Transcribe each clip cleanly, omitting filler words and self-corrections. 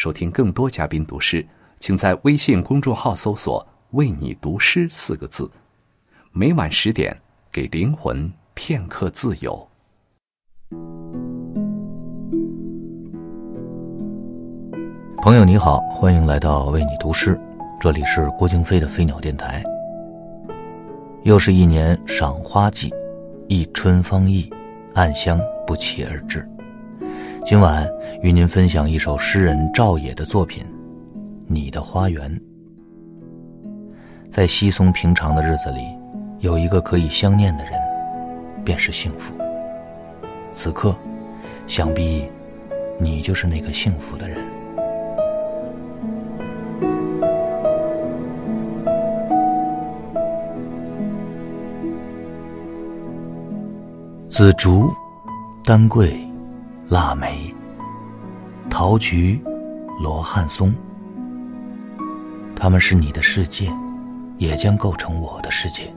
收听更多嘉宾读诗，请在微信公众号搜索为你读诗4个字。每晚10点，给灵魂片刻自由。 朋友你好，欢迎来到为你读诗，这里是郭京飞的飞鸟电台。又是一年赏花季，一春方意，暗香不期而至。今晚与您分享一首诗人赵野的作品《你的花园》。在稀松平常的日子里，有一个可以相念的人，便是幸福。此刻，想必你就是那个幸福的人。紫竹、丹桂、腊梅、桃菊、罗汉松，它们是你的世界，也将构成我的世界。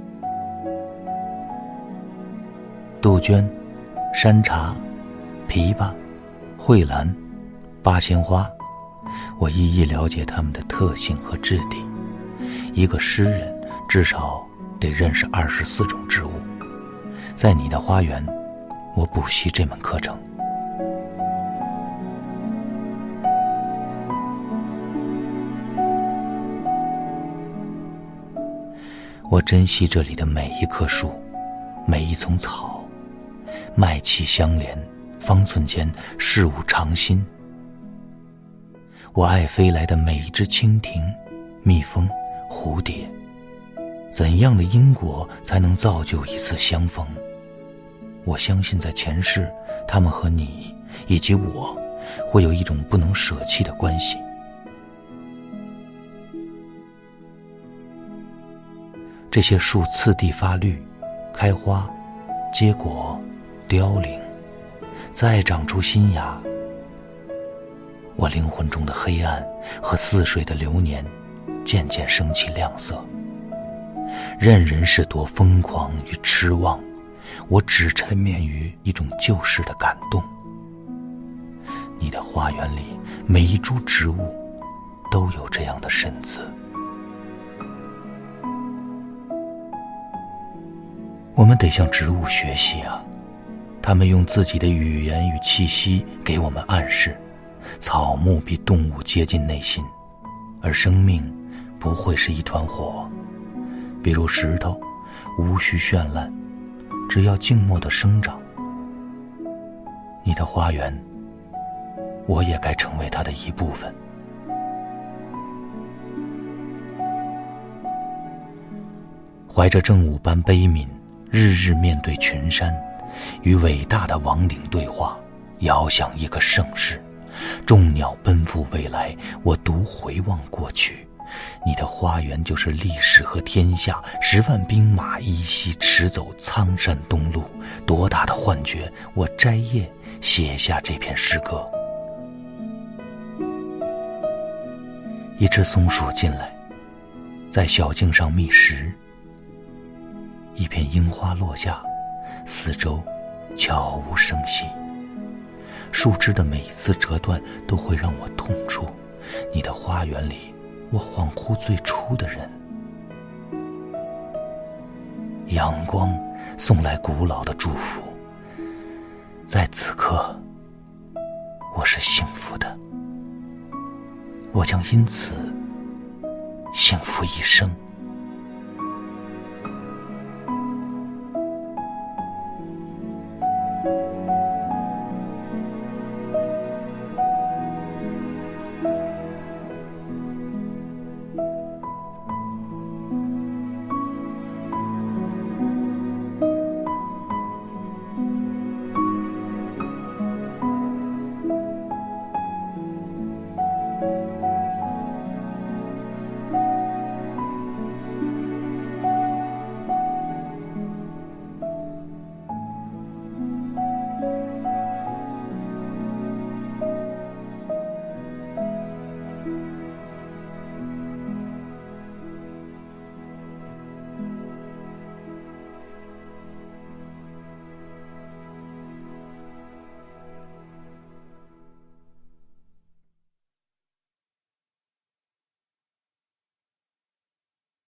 杜鹃、山茶、枇杷、蕙兰、八仙花，我一一了解它们的特性和质地。一个诗人至少得认识24种植物。在你的花园，我补习这门课程。我珍惜这里的每一棵树，每一丛草，脉气相连，方寸间事物常新。我爱飞来的每一只蜻蜓、蜜蜂、蝴蝶，怎样的因果才能造就一次相逢？我相信在前世，他们和你以及我会有一种不能舍弃的关系。这些树次第发绿，开花，结果，凋零，再长出新芽。我灵魂中的黑暗和似水的流年渐渐升起亮色。任人是多疯狂与痴妄，我只沉湎于一种旧世的感动。你的花园里每一株植物都有这样的身姿。我们得向植物学习啊，它们用自己的语言与气息给我们暗示，草木比动物接近内心，而生命不会是一团火。比如石头，无需绚烂，只要静默地生长。你的花园，我也该成为它的一部分。怀着正午般悲悯，日日面对群山，与伟大的亡灵对话，遥想一个盛世。众鸟奔赴未来，我独回望过去。你的花园就是历史和天下，10万兵马依稀驰走苍山东路。多大的幻觉，我摘叶写下这篇诗歌。一只松鼠进来，在小径上觅食。一片樱花落下，四周悄无声息。树枝的每一次折断都会让我痛楚。你的花园里，我恍惚最初的人。阳光送来古老的祝福，在此刻，我是幸福的。我将因此幸福一生。